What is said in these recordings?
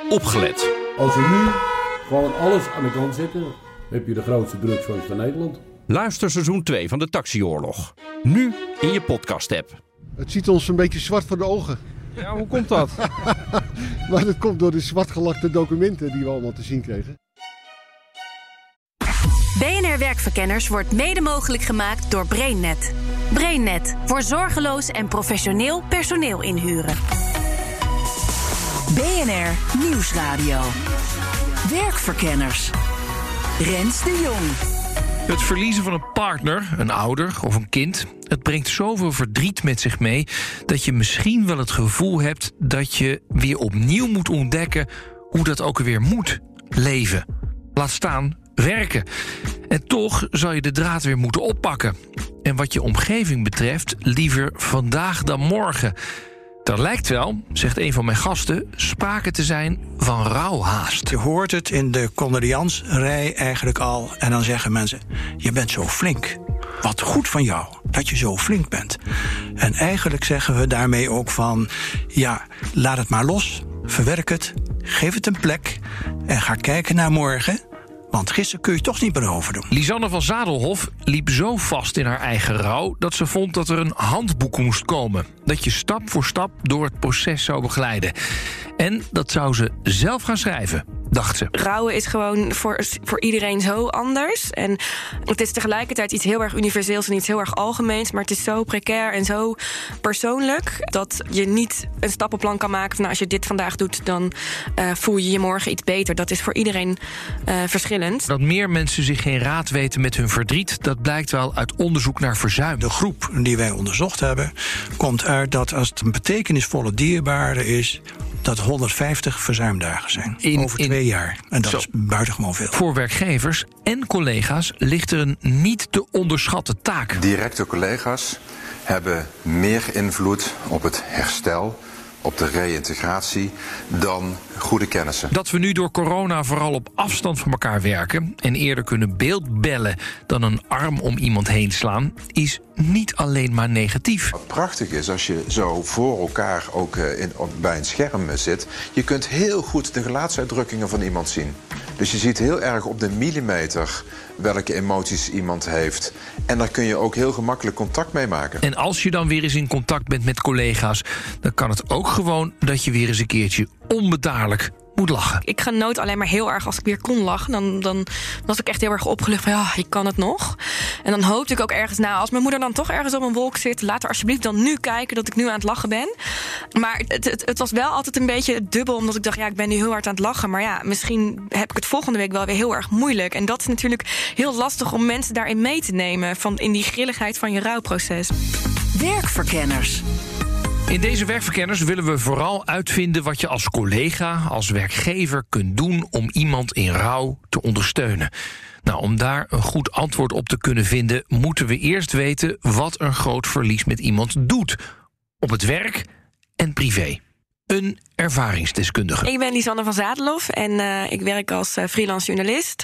opgelet. Als we nu gewoon alles aan de kant zetten, heb je de grootste drugsfans van Nederland. Luister seizoen 2 van de Taxioorlog. Nu in je podcast-app. Het ziet ons een beetje zwart voor de ogen. Ja, hoe komt dat? Maar dat komt door de zwartgelakte documenten die we allemaal te zien kregen. BNR Werkverkenners wordt mede mogelijk gemaakt door BrainNet. BrainNet, voor zorgeloos en professioneel personeel inhuren. BNR Nieuwsradio. Werkverkenners. Rens de Jong. Het verliezen van een partner, een ouder of een kind, het brengt zoveel verdriet met zich mee dat je misschien wel het gevoel hebt dat je weer opnieuw moet ontdekken hoe dat ook weer moet leven. Laat staan werken. En toch zal je de draad weer moeten oppakken. En wat je omgeving betreft, liever vandaag dan morgen. Er lijkt wel, zegt een van mijn gasten, sprake te zijn van rouwhaast. Je hoort het in de condoleansrij eigenlijk al. En dan zeggen mensen, je bent zo flink. Wat goed van jou, dat je zo flink bent. En eigenlijk zeggen we daarmee ook van, ja, laat het maar los. Verwerk het, geef het een plek. En ga kijken naar morgen. Want gisteren kun je toch niet meer overdoen. Lisanne van Zadelhof liep zo vast in haar eigen rouw dat ze vond dat er een handboek moest komen. Dat je stap voor stap door het proces zou begeleiden. En dat zou ze zelf gaan schrijven, dacht ze. Rouwen is gewoon voor iedereen zo anders. En het is tegelijkertijd iets heel erg universeels en iets heel erg algemeens. Maar het is zo precair en zo persoonlijk dat je niet een stappenplan kan maken van, nou, als je dit vandaag doet, dan voel je je morgen iets beter. Dat is voor iedereen verschillend. Dat meer mensen zich geen raad weten met hun verdriet, dat blijkt wel uit onderzoek naar verzuim. De groep die wij onderzocht hebben, komt uit dat als het een betekenisvolle dierbare is, dat 150 verzuimdagen zijn over 2 jaar. En dat is buitengewoon veel. Voor werkgevers en collega's ligt er een niet te onderschatten taak. Directe collega's hebben meer invloed op het herstel, op de reïntegratie, dan goede kennissen. Dat we nu door corona vooral op afstand van elkaar werken en eerder kunnen beeldbellen dan een arm om iemand heen slaan, is niet alleen maar negatief. Wat prachtig is als je zo voor elkaar ook bij een scherm zit, je kunt heel goed de gelaatsuitdrukkingen van iemand zien. Dus je ziet heel erg op de millimeter welke emoties iemand heeft. En daar kun je ook heel gemakkelijk contact mee maken. En als je dan weer eens in contact bent met collega's, dan kan het ook gewoon dat je weer eens een keertje onbedaarlijk moet lachen. Ik genoot alleen maar heel erg als ik weer kon lachen. Dan was ik echt heel erg opgelucht van, ja, ik kan het nog. En dan hoopte ik ook ergens, nou, als mijn moeder dan toch ergens op een wolk zit, laat haar alsjeblieft dan nu kijken dat ik nu aan het lachen ben. Maar het was wel altijd een beetje dubbel, omdat ik dacht, ja, ik ben nu heel hard aan het lachen. Maar ja, misschien heb ik het volgende week wel weer heel erg moeilijk. En dat is natuurlijk heel lastig om mensen daarin mee te nemen, in die grilligheid van je rouwproces. Werkverkenners. In deze werkverkenners willen we vooral uitvinden wat je als collega, als werkgever kunt doen om iemand in rouw te ondersteunen. Nou, om daar een goed antwoord op te kunnen vinden, moeten we eerst weten wat een groot verlies met iemand doet. Op het werk en privé. Een ervaringsdeskundige. Ik ben Lisanne van Zadelhof en ik werk als freelance journalist.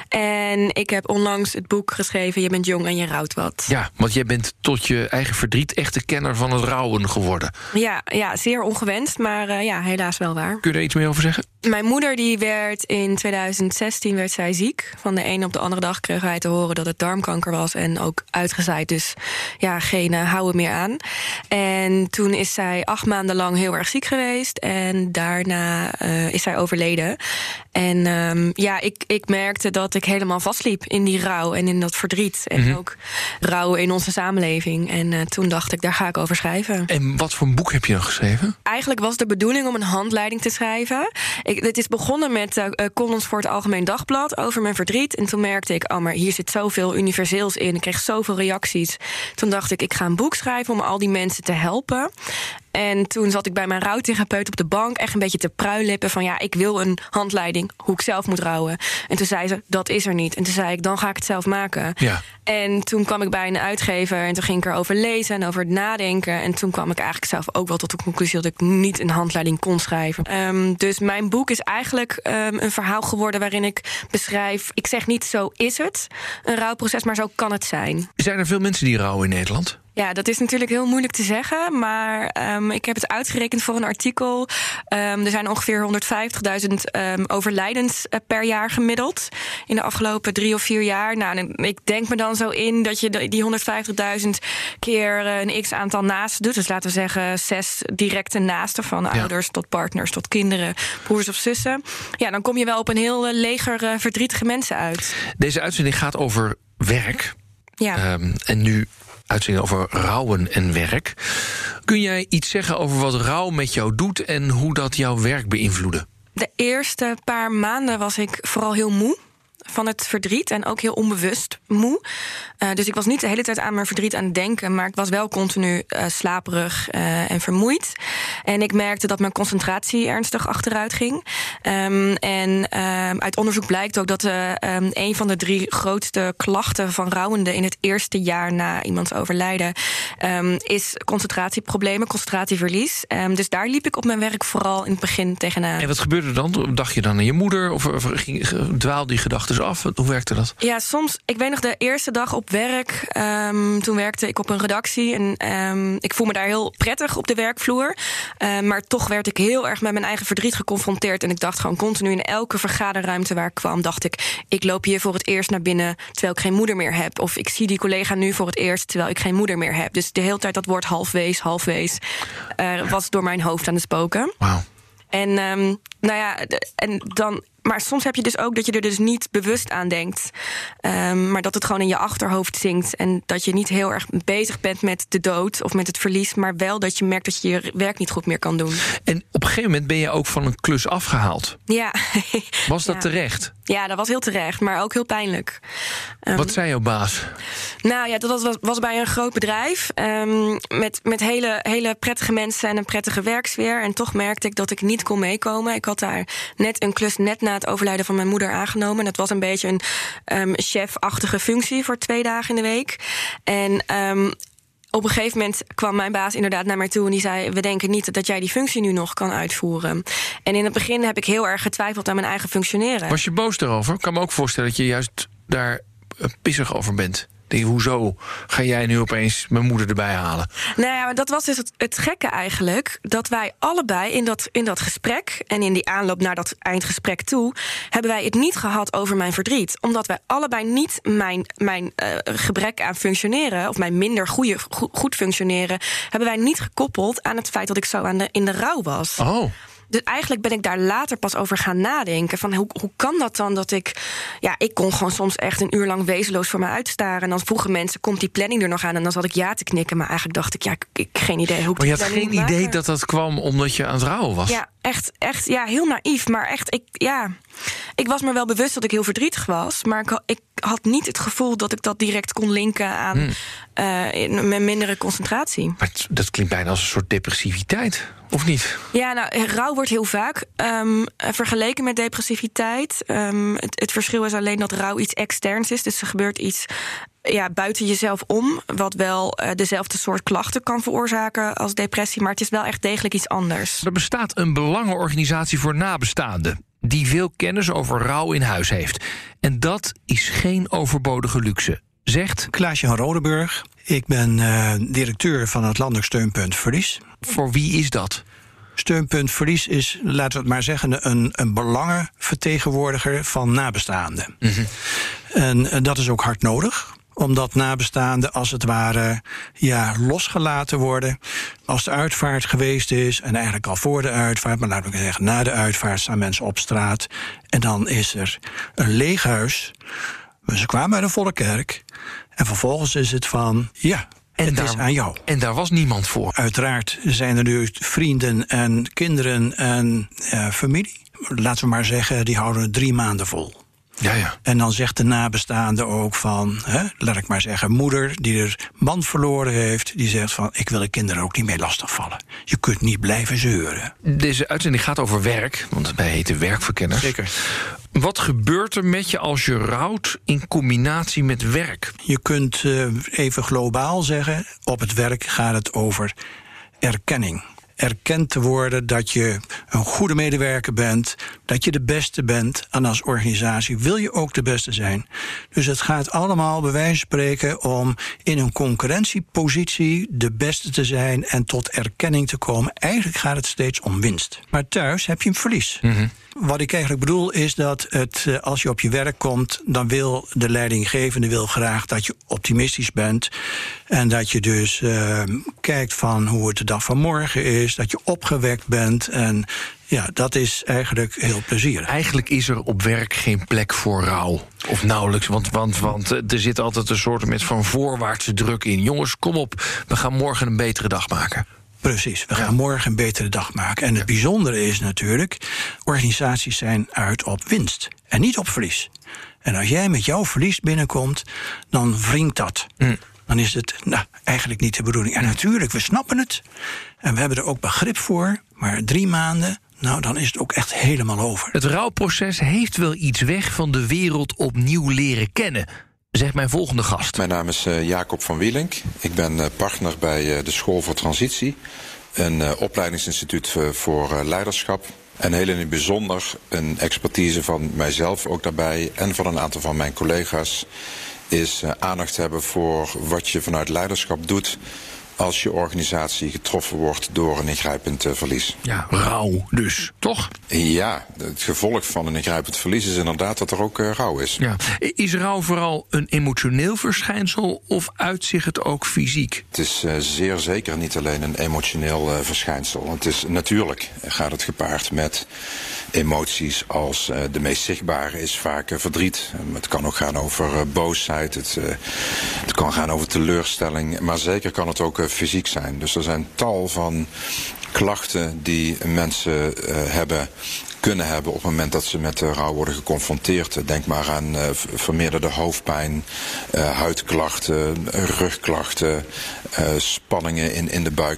En ik heb onlangs het boek geschreven, Je bent jong en je rouwt wat. Ja, want jij bent tot je eigen verdriet echt de kenner van het rouwen geworden. Ja, zeer ongewenst, maar helaas wel waar. Kun je er iets meer over zeggen? Mijn moeder die werd in 2016 werd zij ziek. Van de ene op de andere dag kregen wij te horen dat het darmkanker was en ook uitgezaaid. Dus ja, geen houden meer aan. En toen is zij 8 maanden lang heel erg ziek geweest. En daarna is zij overleden. En ik merkte dat ik helemaal vastliep in die rouw en in dat verdriet. En ook rouw in onze samenleving. En toen dacht ik, daar ga ik over schrijven. En wat voor een boek heb je dan geschreven? Eigenlijk was de bedoeling om een handleiding te schrijven. Het is begonnen met columns voor het Algemeen Dagblad over mijn verdriet. En toen merkte ik, maar hier zit zoveel universeels in. Ik kreeg zoveel reacties. Toen dacht ik ga een boek schrijven om al die mensen te helpen. En toen zat ik bij mijn rouwtherapeut op de bank echt een beetje te pruilippen van, ja, ik wil een handleiding hoe ik zelf moet rouwen. En toen zei ze, dat is er niet. En toen zei ik, dan ga ik het zelf maken. Ja. En toen kwam ik bij een uitgever en toen ging ik erover lezen en over het nadenken. En toen kwam ik eigenlijk zelf ook wel tot de conclusie dat ik niet een handleiding kon schrijven. Dus mijn boek is eigenlijk een verhaal geworden waarin ik beschrijf, ik zeg niet zo is het, een rouwproces, maar zo kan het zijn. Zijn er veel mensen die rouwen in Nederland? Ja, dat is natuurlijk heel moeilijk te zeggen. Maar ik heb het uitgerekend voor een artikel. Er zijn ongeveer 150.000 overlijdens per jaar gemiddeld in de afgelopen 3 of 4 jaar. Nou, ik denk me dan zo in dat je die 150.000 keer een x-aantal naasten doet. Dus laten we zeggen 6 directe naasten, van ouders tot partners tot kinderen, broers of zussen. Ja, dan kom je wel op een heel leger verdrietige mensen uit. Deze uitzending gaat over werk. Ja. En nu uitzending over rouwen en werk. Kun jij iets zeggen over wat rouw met jou doet en hoe dat jouw werk beïnvloedde? De eerste paar maanden was ik vooral heel moe van het verdriet en ook heel onbewust moe. Dus ik was niet de hele tijd aan mijn verdriet aan het denken, maar ik was wel continu slaperig en vermoeid. En ik merkte dat mijn concentratie ernstig achteruit ging. Uit onderzoek blijkt ook dat een van de 3 grootste klachten van rouwenden in het eerste jaar na iemands overlijden is concentratieproblemen, concentratieverlies. Dus daar liep ik op mijn werk vooral in het begin tegenaan. En wat gebeurde er dan? Dacht je dan aan je moeder of dwaalde die gedachten af? Hoe werkte dat? Ja, soms. Ik weet nog de eerste dag op werk. Toen werkte ik op een redactie. En ik voel me daar heel prettig op de werkvloer. Maar toch werd ik heel erg met mijn eigen verdriet geconfronteerd. En ik dacht gewoon continu in elke vergaderruimte waar ik kwam, dacht ik loop hier voor het eerst naar binnen terwijl ik geen moeder meer heb. Of ik zie die collega nu voor het eerst terwijl ik geen moeder meer heb. Dus de hele tijd dat woord halfwees was door mijn hoofd aan het spoken. Wauw. En maar soms heb je dus ook dat je er dus niet bewust aan denkt. Maar dat het gewoon in je achterhoofd zinkt. En dat je niet heel erg bezig bent met de dood of met het verlies. Maar wel dat je merkt dat je je werk niet goed meer kan doen. En op een gegeven moment ben je ook van een klus afgehaald. Ja. Was dat terecht? Ja, dat was heel terecht, maar ook heel pijnlijk. Wat zei jouw baas? Nou ja, dat was bij een groot bedrijf. Met hele prettige mensen en een prettige werksfeer. En toch merkte ik dat ik niet kon meekomen. Ik had daar net een klus net na het overlijden van mijn moeder aangenomen. En dat was een beetje een chefachtige functie voor 2 dagen in de week. En op een gegeven moment kwam mijn baas inderdaad naar mij toe en die zei: we denken niet dat jij die functie nu nog kan uitvoeren. En in het begin heb ik heel erg getwijfeld aan mijn eigen functioneren. Was je boos daarover? Ik kan me ook voorstellen dat je juist daar pissig over bent. Hoezo ga jij nu opeens mijn moeder erbij halen? Nou ja, maar dat was dus het gekke eigenlijk. Dat wij allebei in dat gesprek en in die aanloop naar dat eindgesprek toe, hebben wij het niet gehad over mijn verdriet. Omdat wij allebei niet mijn gebrek aan functioneren, of mijn minder goed functioneren, hebben wij niet gekoppeld aan het feit dat ik zo in de rouw was. Oh. Dus eigenlijk ben ik daar later pas over gaan nadenken. Van hoe kan dat dan dat ik kon gewoon soms echt een uur lang wezenloos voor me uitstaren. En dan vroegen mensen, komt die planning er nog aan? En dan zat ik ja te knikken. Maar eigenlijk dacht ik, ik geen idee hoe ik. Maar je had geen idee dat dat kwam omdat je aan het rouwen was? Ja, echt heel naïef. Maar echt, ik was me wel bewust dat ik heel verdrietig was. Maar ik had niet het gevoel dat ik dat direct kon linken aan mijn mindere concentratie. Maar dat klinkt bijna als een soort depressiviteit, of niet? Ja, nou, rouw wordt heel vaak vergeleken met depressiviteit. Het verschil is alleen dat rouw iets externs is. Dus er gebeurt iets buiten jezelf om, wat wel dezelfde soort klachten kan veroorzaken als depressie, maar het is wel echt degelijk iets anders. Er bestaat een belangenorganisatie voor nabestaanden die veel kennis over rouw in huis heeft. En dat is geen overbodige luxe, zegt Klaasje van Rodenburg. Ik ben directeur van het Landelijk Steunpunt Verlies. Voor wie is dat? Steunpunt Verlies is, laten we het maar zeggen, een belangenvertegenwoordiger van nabestaanden. Mm-hmm. En dat is ook hard nodig, omdat nabestaanden als het ware losgelaten worden. Als de uitvaart geweest is, en eigenlijk al voor de uitvaart, maar laten we zeggen na de uitvaart, staan mensen op straat. En dan is er een leeg huis. Ze kwamen uit een volle kerk. En vervolgens is het van, het is aan jou. En daar was niemand voor. Uiteraard zijn er nu vrienden en kinderen en familie. Laten we maar zeggen, die houden het 3 maanden vol. Ja. En dan zegt de nabestaande ook van, laat ik maar zeggen, moeder die er man verloren heeft, die zegt van, ik wil de kinderen ook niet meer lastigvallen. Je kunt niet blijven zeuren. Deze uitzending gaat over werk, want wij heten werkverkenners. Zeker. Wat gebeurt er met je als je rouwt in combinatie met werk? Je kunt even globaal zeggen, op het werk gaat het over erkenning. erkend te worden dat je een goede medewerker bent, dat je de beste bent. En als organisatie wil je ook de beste zijn. Dus het gaat allemaal bij wijze van spreken om in een concurrentiepositie de beste te zijn en tot erkenning te komen. Eigenlijk gaat het steeds om winst. Maar thuis heb je een verlies. Mm-hmm. Wat ik eigenlijk bedoel is dat als je op je werk komt, dan wil de leidinggevende wil graag dat je optimistisch bent. En dat je dus kijkt van hoe het de dag van morgen is. Dat je opgewekt bent. En ja, dat is eigenlijk heel plezierig. Eigenlijk is er op werk geen plek voor rouw. Of nauwelijks, want er zit altijd een soort van voorwaartse druk in. Jongens, kom op, we gaan morgen een betere dag maken. Precies, we gaan morgen een betere dag maken. En het bijzondere is natuurlijk, organisaties zijn uit op winst en niet op verlies. En als jij met jouw verlies binnenkomt, dan wringt dat. Dan is het eigenlijk niet de bedoeling. En natuurlijk, we snappen het. En we hebben er ook begrip voor. Maar 3 maanden, dan is het ook echt helemaal over. Het rouwproces heeft wel iets weg van de wereld opnieuw leren kennen, zegt mijn volgende gast. Mijn naam is Jacob van Wielink. Ik ben partner bij de School voor Transitie. Een opleidingsinstituut voor leiderschap. En heel in het bijzonder een expertise van mijzelf ook daarbij en van een aantal van mijn collega's is aandacht hebben voor wat je vanuit leiderschap doet als je organisatie getroffen wordt door een ingrijpend verlies. Ja, rouw dus, toch? Ja, het gevolg van een ingrijpend verlies is inderdaad dat er ook rouw is. Ja. Is rouw vooral een emotioneel verschijnsel of uitzicht het ook fysiek? Het is zeer zeker niet alleen een emotioneel verschijnsel. Het is natuurlijk gaat het gepaard met emoties als de meest zichtbare is vaak verdriet. Het kan ook gaan over boosheid, het kan gaan over teleurstelling, maar zeker kan het ook fysiek zijn. Dus er zijn tal van klachten die mensen kunnen hebben op het moment dat ze met rouw worden geconfronteerd. Denk maar aan vermeerderde hoofdpijn, huidklachten, rugklachten, spanningen in de buik.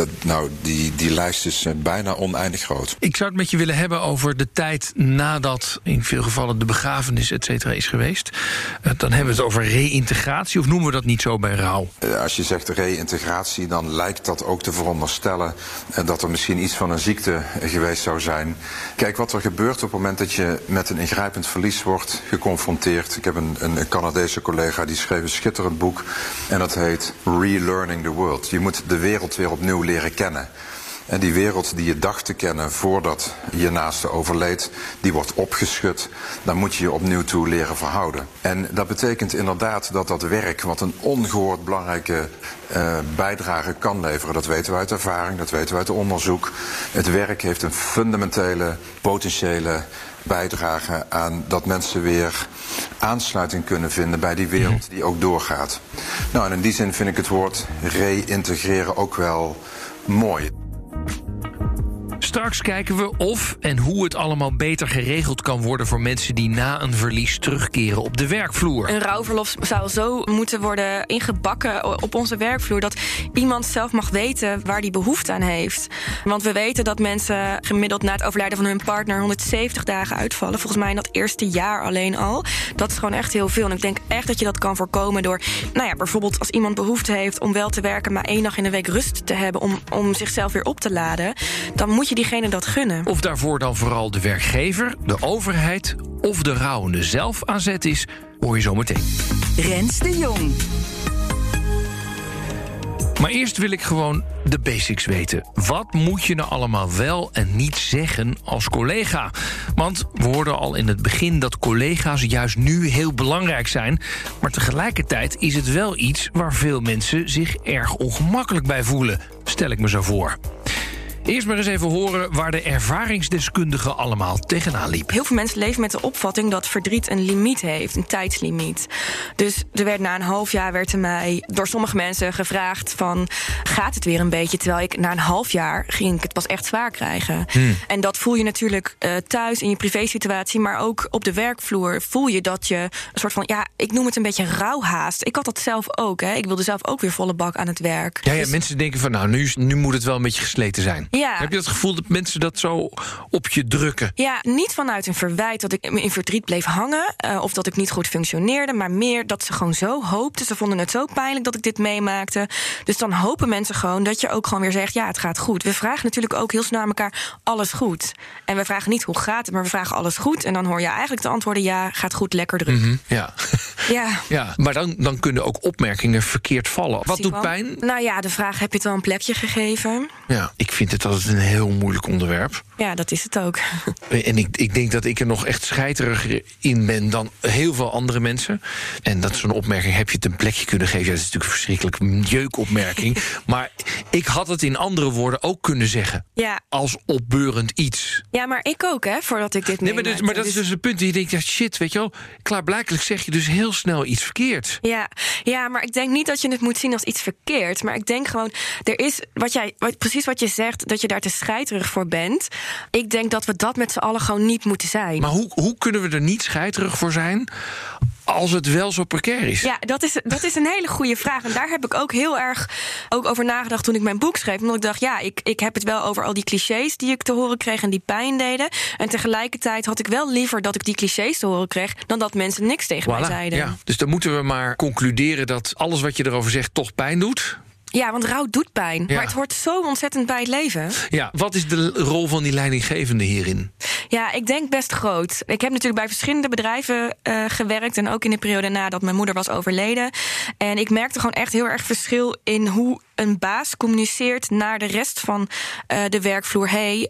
Die lijst is bijna oneindig groot. Ik zou het met je willen hebben over de tijd nadat in veel gevallen de begrafenis et cetera is geweest. Dan hebben we het over reïntegratie, of noemen we dat niet zo bij rouw? Als je zegt reïntegratie, dan lijkt dat ook te veronderstellen dat er misschien iets van een ziekte geweest zou zijn. Kijk, wat er gebeurt op het moment dat je met een ingrijpend verlies wordt geconfronteerd. Ik heb een Canadese collega die schreef een schitterend boek en dat heet Relearning the World. Je moet de wereld weer opnieuw leren kennen. En die wereld die je dacht te kennen voordat je naaste overleed, die wordt opgeschud. Dan moet je je opnieuw toe leren verhouden. En dat betekent inderdaad dat dat werk, wat een ongehoord belangrijke bijdrage kan leveren. Dat weten we uit ervaring, dat weten we uit onderzoek. Het werk heeft een fundamentele, potentiële bijdrage aan dat mensen weer aansluiting kunnen vinden bij die wereld die ook doorgaat. Nou, en in die zin vind ik het woord reïntegreren ook wel mooi. Straks kijken we of en hoe het allemaal beter geregeld kan worden voor mensen die na een verlies terugkeren op de werkvloer. Een rouwverlof zou zo moeten worden ingebakken op onze werkvloer dat iemand zelf mag weten waar die behoefte aan heeft. Want we weten dat mensen gemiddeld na het overlijden van hun partner 170 dagen uitvallen. Volgens mij in dat eerste jaar alleen al. Dat is gewoon echt heel veel. En ik denk echt dat je dat kan voorkomen door, bijvoorbeeld als iemand behoefte heeft om wel te werken, maar 1 dag in de week rust te hebben om zichzelf weer op te laden, dan moet je diegene dat gunnen. Of daarvoor dan vooral de werkgever, de overheid of de rouwende zelf aan zet is, hoor je zo meteen. Rens de Jong. Maar eerst wil ik gewoon de basics weten. Wat moet je nou allemaal wel en niet zeggen als collega? Want we hoorden al in het begin dat collega's juist nu heel belangrijk zijn. Maar tegelijkertijd is het wel iets waar veel mensen zich erg ongemakkelijk bij voelen. Stel ik me zo voor. Eerst maar eens even horen waar de ervaringsdeskundige allemaal tegenaan liep. Heel veel mensen leven met de opvatting dat verdriet een limiet heeft, een tijdslimiet. Dus er werd na een half jaar werd er mij door sommige mensen gevraagd van, gaat het weer een beetje? Terwijl ik na een half jaar ging ik het pas echt zwaar krijgen. En dat voel je natuurlijk thuis in je privésituatie, maar ook op de werkvloer voel je dat je een soort van, ik noem het een beetje rouwhaast. Ik had dat zelf ook. Ik wilde zelf ook weer volle bak aan het werk. Ja, mensen denken van, nu moet het wel een beetje gesleten zijn. Ja. Heb je het gevoel dat mensen dat zo op je drukken? Ja, niet vanuit een verwijt dat ik in verdriet bleef hangen... of dat ik niet goed functioneerde, maar meer dat ze gewoon zo hoopten. Ze vonden het zo pijnlijk dat ik dit meemaakte. Dus dan hopen mensen gewoon dat je ook gewoon weer zegt... ja, het gaat goed. We vragen natuurlijk ook heel snel aan elkaar alles goed. En we vragen niet hoe gaat het, maar we vragen alles goed. En dan hoor je eigenlijk de antwoorden... ja, gaat goed, lekker druk. Mm-hmm, ja. Ja. Maar dan kunnen ook opmerkingen verkeerd vallen. Wat doet pijn? Nou ja, de vraag, heb je het wel een plekje gegeven? Ja, ik vind het altijd een heel moeilijk onderwerp. Ja, dat is het ook. En ik denk dat ik er nog echt scheiteriger in ben dan heel veel andere mensen. En dat is zo'n opmerking, heb je het een plekje kunnen geven? Ja, dat is natuurlijk een verschrikkelijke jeukopmerking. Maar ik had het in andere woorden ook kunnen zeggen. Ja. Als opbeurend iets. Ja, maar ik ook, hè, voordat ik dit meemaakte. Maar dat is dus het punt. Je denkt, ja, shit, weet je wel, klaarblijkelijk zeg je dus heel snel iets verkeerd. Ja, maar ik denk niet dat je het moet zien als iets verkeerd. Maar ik denk gewoon, er is precies wat je zegt, dat je daar te scheiterig voor bent. Ik denk dat we dat met z'n allen gewoon niet moeten zijn. Maar hoe kunnen we er niet scheiterig voor zijn als het wel zo precair is? Ja, dat is een hele goede vraag. En daar heb ik ook heel erg over nagedacht toen ik mijn boek schreef. Omdat ik dacht, ja, ik heb het wel over al die clichés die ik te horen kreeg en die pijn deden. En tegelijkertijd had ik wel liever dat ik die clichés te horen kreeg dan dat mensen niks tegen mij zeiden. Ja. Dus dan moeten we maar concluderen dat alles wat je erover zegt toch pijn doet. Ja, want rouw doet pijn. Ja. Maar het hoort zo ontzettend bij het leven. Ja, wat is de rol van die leidinggevende hierin? Ja, ik denk best groot. Ik heb natuurlijk bij verschillende bedrijven gewerkt. En ook in de periode nadat mijn moeder was overleden. En ik merkte gewoon echt heel erg verschil in hoe een baas communiceert naar de rest van de werkvloer.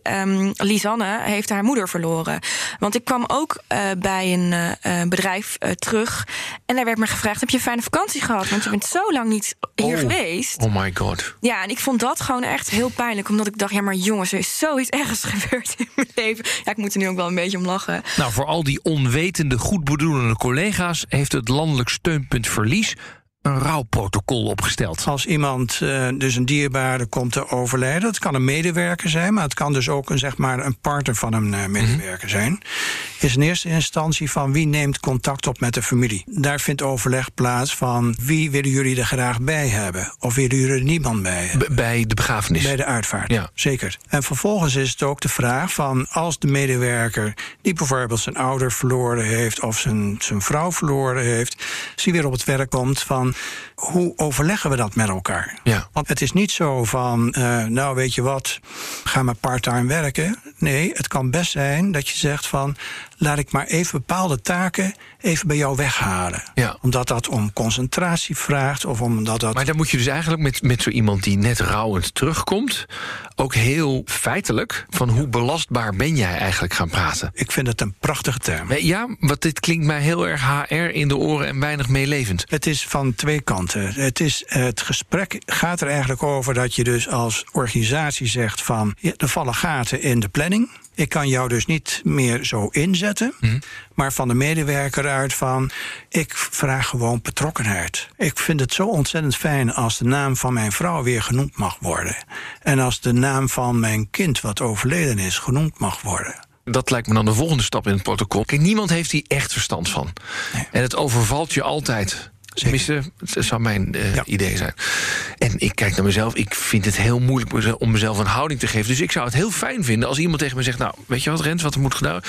Lisanne heeft haar moeder verloren. Want ik kwam ook bij een bedrijf terug. En daar werd me gevraagd, heb je een fijne vakantie gehad? Want je bent zo lang niet hier geweest. Oh my god. Ja, en ik vond dat gewoon echt heel pijnlijk. Omdat ik dacht, ja, maar jongens, er is zoiets ergens gebeurd in mijn leven. Ja, ik moet er nu ook wel een beetje om lachen. Nou, voor al die onwetende, goedbedoelende collega's heeft het Landelijk Steunpunt Verlies een rouwprotocol opgesteld. Als iemand dus een dierbare komt te overlijden, dat kan een medewerker zijn, maar het kan dus ook een partner van een medewerker zijn, is in eerste instantie van wie neemt contact op met de familie. Daar vindt overleg plaats van wie willen jullie er graag bij hebben, of willen jullie er niemand bij hebben. Bij de begrafenis? Bij de uitvaart, ja. Zeker. En vervolgens is het ook de vraag van als de medewerker die bijvoorbeeld zijn ouder verloren heeft of zijn vrouw verloren heeft, als hij weer op het werk komt, van hoe overleggen we dat met elkaar? Ja. Want het is niet zo van, nou weet je wat, ga maar part-time werken. Nee, het kan best zijn dat je zegt van, laat ik maar even bepaalde taken even bij jou weghalen. Ja. Omdat dat om concentratie vraagt of omdat dat... Maar dan moet je dus eigenlijk met zo iemand die net rouwend terugkomt ook heel feitelijk van hoe belastbaar ben jij eigenlijk gaan praten. Ik vind het een prachtige term. Ja, want dit klinkt mij heel erg HR in de oren en weinig meelevend. Het is van twee kanten. Het gesprek gaat er eigenlijk over dat je dus als organisatie zegt van, ja, er vallen gaten in de planning. Ik kan jou dus niet meer zo inzetten. Maar van de medewerker uit van, ik vraag gewoon betrokkenheid. Ik vind het zo ontzettend fijn als de naam van mijn vrouw weer genoemd mag worden. En als de naam van mijn kind wat overleden is genoemd mag worden. Dat lijkt me dan de volgende stap in het protocol. Kijk, niemand heeft hier echt verstand van. Nee. En het overvalt je altijd. Tenminste, het zou mijn idee zijn. En ik kijk naar mezelf. Ik vind het heel moeilijk om mezelf een houding te geven. Dus ik zou het heel fijn vinden als iemand tegen me zegt, nou, weet je wat, Rens, wat er moet gedaan?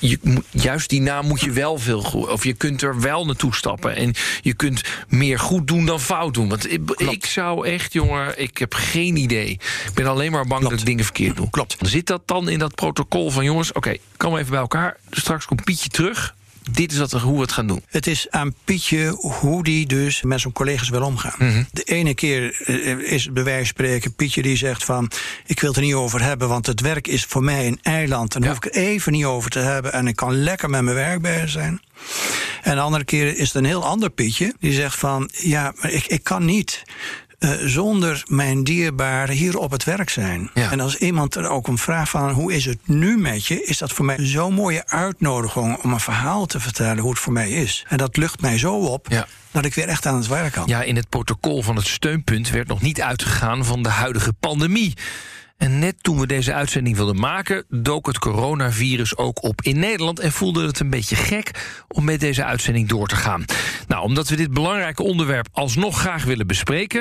Juist die naam moet je wel veel goed. Of je kunt er wel naartoe stappen. En je kunt meer goed doen dan fout doen. Want ik zou echt, jongen, ik heb geen idee. Ik ben alleen maar bang dat ik dingen verkeerd doe. Klopt. Zit dat dan in dat protocol van, jongens, oké, kom even bij elkaar. Straks komt Pietje terug. Dit is hoe we het gaan doen. Het is aan Pietje hoe die dus met zijn collega's wil omgaan. De ene keer is bij wijze van spreken Pietje die zegt van, ik wil het er niet over hebben, want het werk is voor mij een eiland. Dan hoef ik er even niet over te hebben en ik kan lekker met mijn werk bezig zijn. En de andere keer is het een heel ander Pietje die zegt van, ja, maar ik kan niet zonder mijn dierbaren hier op het werk zijn. Ja. En als iemand er ook om vraagt van, hoe is het nu met je, is dat voor mij zo'n mooie uitnodiging om een verhaal te vertellen hoe het voor mij is. En dat lucht mij zo op, dat ik weer echt aan het werk kan. Ja, in het protocol van het steunpunt werd nog niet uitgegaan van de huidige pandemie. En net toen we deze uitzending wilden maken, dook het coronavirus ook op in Nederland en voelde het een beetje gek om met deze uitzending door te gaan. Nou, omdat we dit belangrijke onderwerp alsnog graag willen bespreken,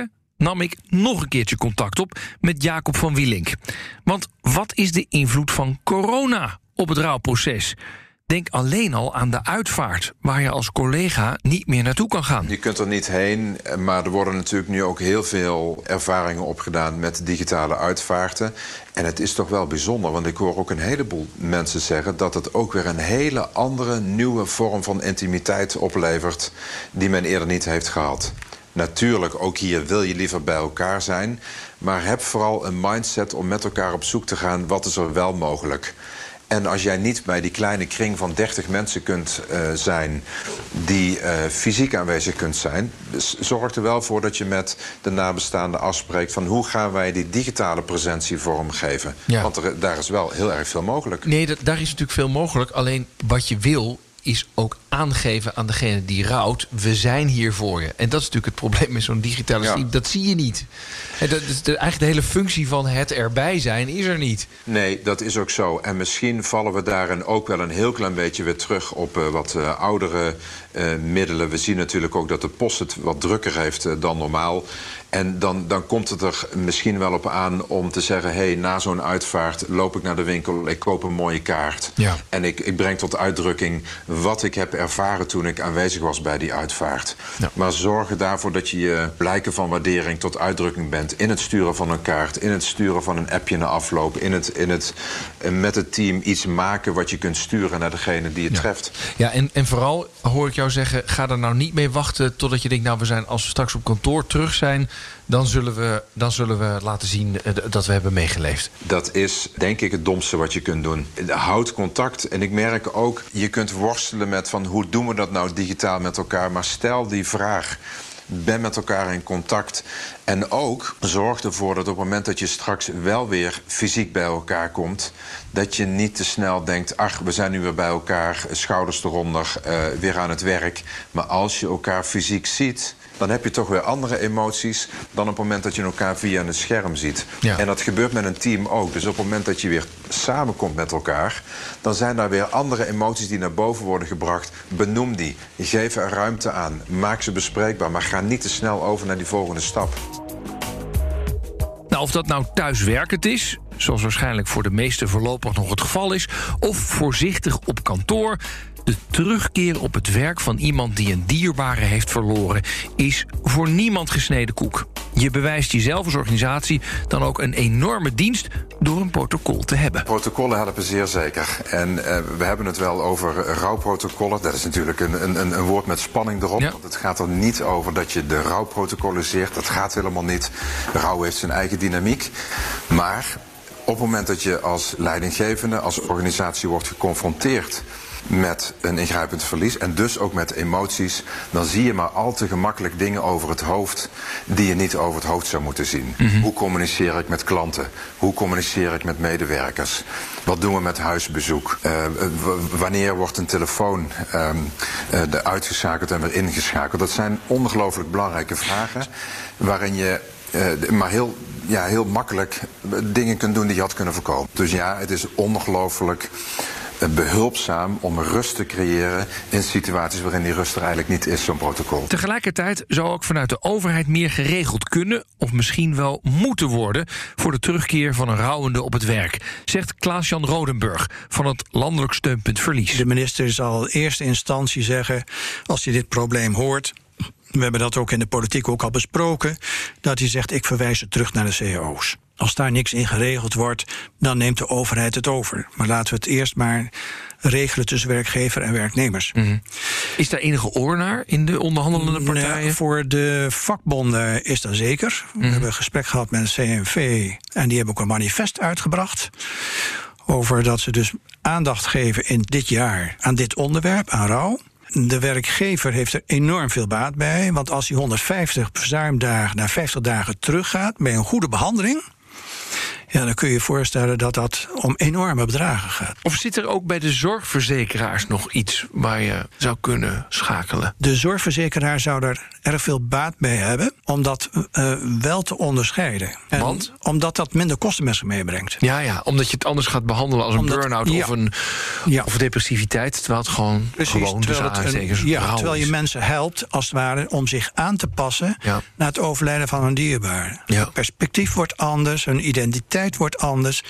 nam ik nog een keertje contact op met Jacob van Wielink. Want wat is de invloed van corona op het rouwproces? Denk alleen al aan de uitvaart, waar je als collega niet meer naartoe kan gaan. Je kunt er niet heen, maar er worden natuurlijk nu ook heel veel ervaringen opgedaan met digitale uitvaarten. En het is toch wel bijzonder, want ik hoor ook een heleboel mensen zeggen dat het ook weer een hele andere, nieuwe vorm van intimiteit oplevert die men eerder niet heeft gehad. Natuurlijk, ook hier wil je liever bij elkaar zijn, maar heb vooral een mindset om met elkaar op zoek te gaan, wat is er wel mogelijk. En als jij niet bij die kleine kring van 30 mensen kunt zijn die fysiek aanwezig kunt zijn, zorg er wel voor dat je met de nabestaanden afspreekt van hoe gaan wij die digitale presentie vormgeven. Ja. Want daar is wel heel erg veel mogelijk. Nee, daar is natuurlijk veel mogelijk. Alleen wat je wil is ook aangeven aan degene die rouwt, we zijn hier voor je. En dat is natuurlijk het probleem met zo'n digitale stream. Dat zie je niet. En dat is eigenlijk de hele functie van het erbij zijn is er niet. Nee, dat is ook zo. En misschien vallen we daarin ook wel een heel klein beetje weer terug op wat oudere middelen. We zien natuurlijk ook dat de post het wat drukker heeft dan normaal. En dan komt het er misschien wel op aan om te zeggen, hey, na zo'n uitvaart loop ik naar de winkel, ik koop een mooie kaart. Ja. En ik breng tot uitdrukking wat ik heb ervaren toen ik aanwezig was bij die uitvaart. Ja. Maar zorg daarvoor dat je blijken van waardering tot uitdrukking bent in het sturen van een kaart, in het sturen van een appje na afloop, in het met het team iets maken wat je kunt sturen naar degene die het treft. Ja, en vooral hoor ik jou zeggen, ga er nou niet mee wachten totdat je denkt, nou, als we straks op kantoor terug zijn, dan zullen we laten zien dat we hebben meegeleefd. Dat is, denk ik, het domste wat je kunt doen. Houd contact. En ik merk ook, je kunt worstelen met van hoe doen we dat nou digitaal met elkaar. Maar stel die vraag. Ben met elkaar in contact. En ook zorg ervoor dat op het moment dat je straks wel weer fysiek bij elkaar komt, dat je niet te snel denkt, ach, we zijn nu weer bij elkaar, schouders eronder, weer aan het werk. Maar als je elkaar fysiek ziet, dan heb je toch weer andere emoties dan op het moment dat je elkaar via een scherm ziet. Ja. En dat gebeurt met een team ook. Dus op het moment dat je weer samenkomt met elkaar, dan zijn daar weer andere emoties die naar boven worden gebracht. Benoem die. Geef er ruimte aan. Maak ze bespreekbaar. Maar ga niet te snel over naar die volgende stap. Nou, of dat nou thuiswerkend is, zoals waarschijnlijk voor de meesten voorlopig nog het geval is, of voorzichtig op kantoor, de terugkeer op het werk van iemand die een dierbare heeft verloren is voor niemand gesneden koek. Je bewijst jezelf als organisatie dan ook een enorme dienst door een protocol te hebben. Protocollen helpen zeer zeker. En we hebben het wel over rouwprotocollen. Dat is natuurlijk een woord met spanning erop. Ja. Want het gaat er niet over dat je de rouw protocoliseert. Dat gaat helemaal niet. Rouw heeft zijn eigen dynamiek. Maar op het moment dat je als leidinggevende, als organisatie wordt geconfronteerd met een ingrijpend verlies en dus ook met emoties, dan zie je maar al te gemakkelijk dingen over het hoofd die je niet over het hoofd zou moeten zien. Mm-hmm. Hoe communiceer ik met klanten? Hoe communiceer ik met medewerkers? Wat doen we met huisbezoek? Wanneer wordt een telefoon uitgeschakeld en weer ingeschakeld? Dat zijn ongelooflijk belangrijke vragen waarin je maar heel makkelijk dingen kunt doen die je had kunnen voorkomen. Dus ja, het is ongelooflijk behulpzaam om rust te creëren in situaties waarin die rust er eigenlijk niet is, zo'n protocol. Tegelijkertijd zou ook vanuit de overheid meer geregeld kunnen of misschien wel moeten worden voor de terugkeer van een rouwende op het werk, zegt Klaas-Jan Rodenburg van het Landelijk Steunpunt Verlies. De minister zal in eerste instantie zeggen, als hij dit probleem hoort, we hebben dat ook in de politiek ook al besproken, dat hij zegt, ik verwijs het terug naar de cao's. Als daar niks in geregeld wordt, dan neemt de overheid het over. Maar laten we het eerst maar regelen tussen werkgever en werknemers. Mm-hmm. Is daar enige oor naar in de onderhandelende partijen? Nee, voor de vakbonden is dat zeker. We hebben een gesprek gehad met het CNV en die hebben ook een manifest uitgebracht over dat ze dus aandacht geven in dit jaar aan dit onderwerp, aan rouw. De werkgever heeft er enorm veel baat bij, want als hij 150 verzuimdagen naar 50 dagen teruggaat bij een goede behandeling, Ja, dan kun je je voorstellen dat dat om enorme bedragen gaat. Of zit er ook bij de zorgverzekeraars nog iets waar je zou kunnen schakelen? De zorgverzekeraar zou er erg veel baat bij hebben om dat wel te onderscheiden. Want? Omdat dat minder kosten met zich meebrengt. Ja, omdat je het anders gaat behandelen als een burn-out of depressiviteit, terwijl het gewoon terwijl je mensen helpt, als het ware, om zich aan te passen naar het overlijden van een dierbare. Ja. Perspectief wordt anders, hun identiteit wordt anders.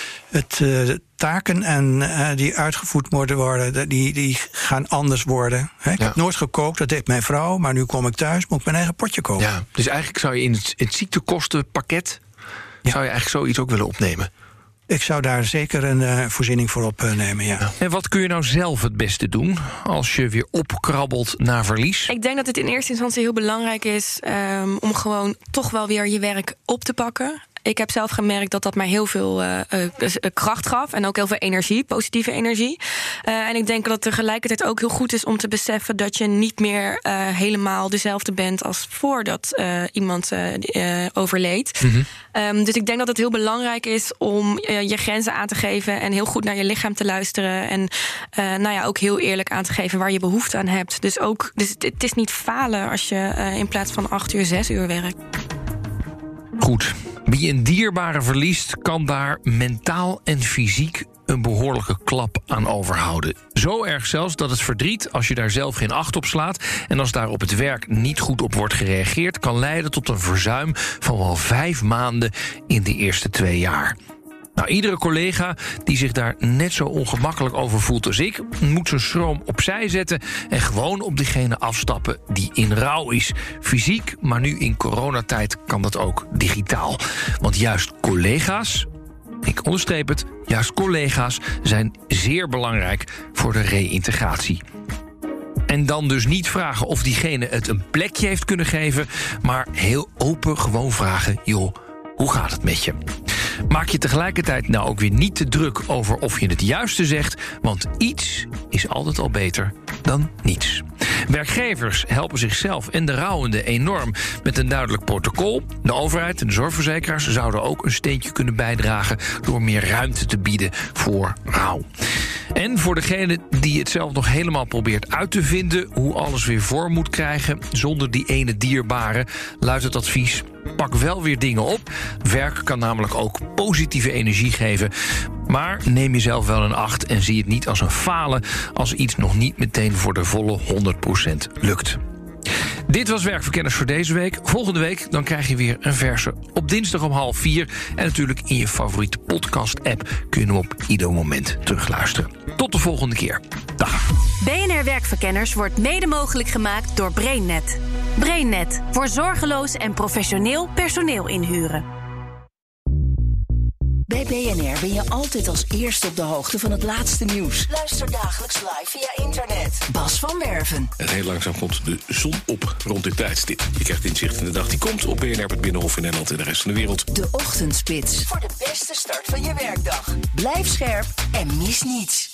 Taken die uitgevoerd moeten worden, die gaan anders worden. Ik heb nooit gekookt, dat deed mijn vrouw, maar nu kom ik thuis, moet ik mijn eigen potje koken. Ja, dus eigenlijk zou je in het ziektekostenpakket zou je eigenlijk zoiets ook willen opnemen. Ik zou daar zeker een voorziening voor opnemen, ja. En wat kun je nou zelf het beste doen als je weer opkrabbelt na verlies? Ik denk dat het in eerste instantie heel belangrijk is om gewoon toch wel weer je werk op te pakken. Ik heb zelf gemerkt dat dat mij heel veel kracht gaf en ook heel veel energie, positieve energie. En ik denk dat het tegelijkertijd ook heel goed is om te beseffen dat je niet meer helemaal dezelfde bent als voordat iemand overleed. Mm-hmm. Dus ik denk dat het heel belangrijk is om je grenzen aan te geven en heel goed naar je lichaam te luisteren en ook heel eerlijk aan te geven waar je behoefte aan hebt. Dus het is niet falen als je in plaats van 8 uur 6 uur werkt. Goed. Wie een dierbare verliest, kan daar mentaal en fysiek een behoorlijke klap aan overhouden. Zo erg zelfs dat het verdriet, als je daar zelf geen acht op slaat en als daar op het werk niet goed op wordt gereageerd, kan leiden tot een verzuim van wel 5 maanden in de eerste 2 jaar. Nou, iedere collega die zich daar net zo ongemakkelijk over voelt als ik, moet zijn schroom opzij zetten en gewoon op diegene afstappen die in rouw is. Fysiek, maar nu in coronatijd kan dat ook digitaal. Want juist collega's, ik onderstreep het, juist collega's zijn zeer belangrijk voor de reïntegratie. En dan dus niet vragen of diegene het een plekje heeft kunnen geven, maar heel open gewoon vragen, joh, hoe gaat het met je? Maak je tegelijkertijd nou ook weer niet te druk over of je het juiste zegt, want iets is altijd al beter dan niets. Werkgevers helpen zichzelf en de rouwende enorm met een duidelijk protocol. De overheid en de zorgverzekeraars zouden ook een steentje kunnen bijdragen door meer ruimte te bieden voor rouw. En voor degene die het zelf nog helemaal probeert uit te vinden hoe alles weer vorm moet krijgen zonder die ene dierbare, luidt het advies: pak wel weer dingen op. Werk kan namelijk ook positieve energie geven. Maar neem jezelf wel in acht en zie het niet als een falen als iets nog niet meteen voor de volle 100% lukt. Dit was Werkverkenners voor deze week. Volgende week dan krijg je weer een verse op dinsdag om 3:30. En natuurlijk in je favoriete podcast-app kun je hem op ieder moment terugluisteren. Tot de volgende keer. Dag. BNR Werkverkenners wordt mede mogelijk gemaakt door BrainNet. BrainNet, voor zorgeloos en professioneel personeel inhuren. Bij BNR ben je altijd als eerste op de hoogte van het laatste nieuws. Luister dagelijks live via internet. Bas van Werven. En heel langzaam komt de zon op rond dit tijdstip. Je krijgt inzicht in de dag die komt op BNR, het Binnenhof in Nederland en de rest van de wereld. De Ochtendspits. Voor de beste start van je werkdag. Blijf scherp en mis niets.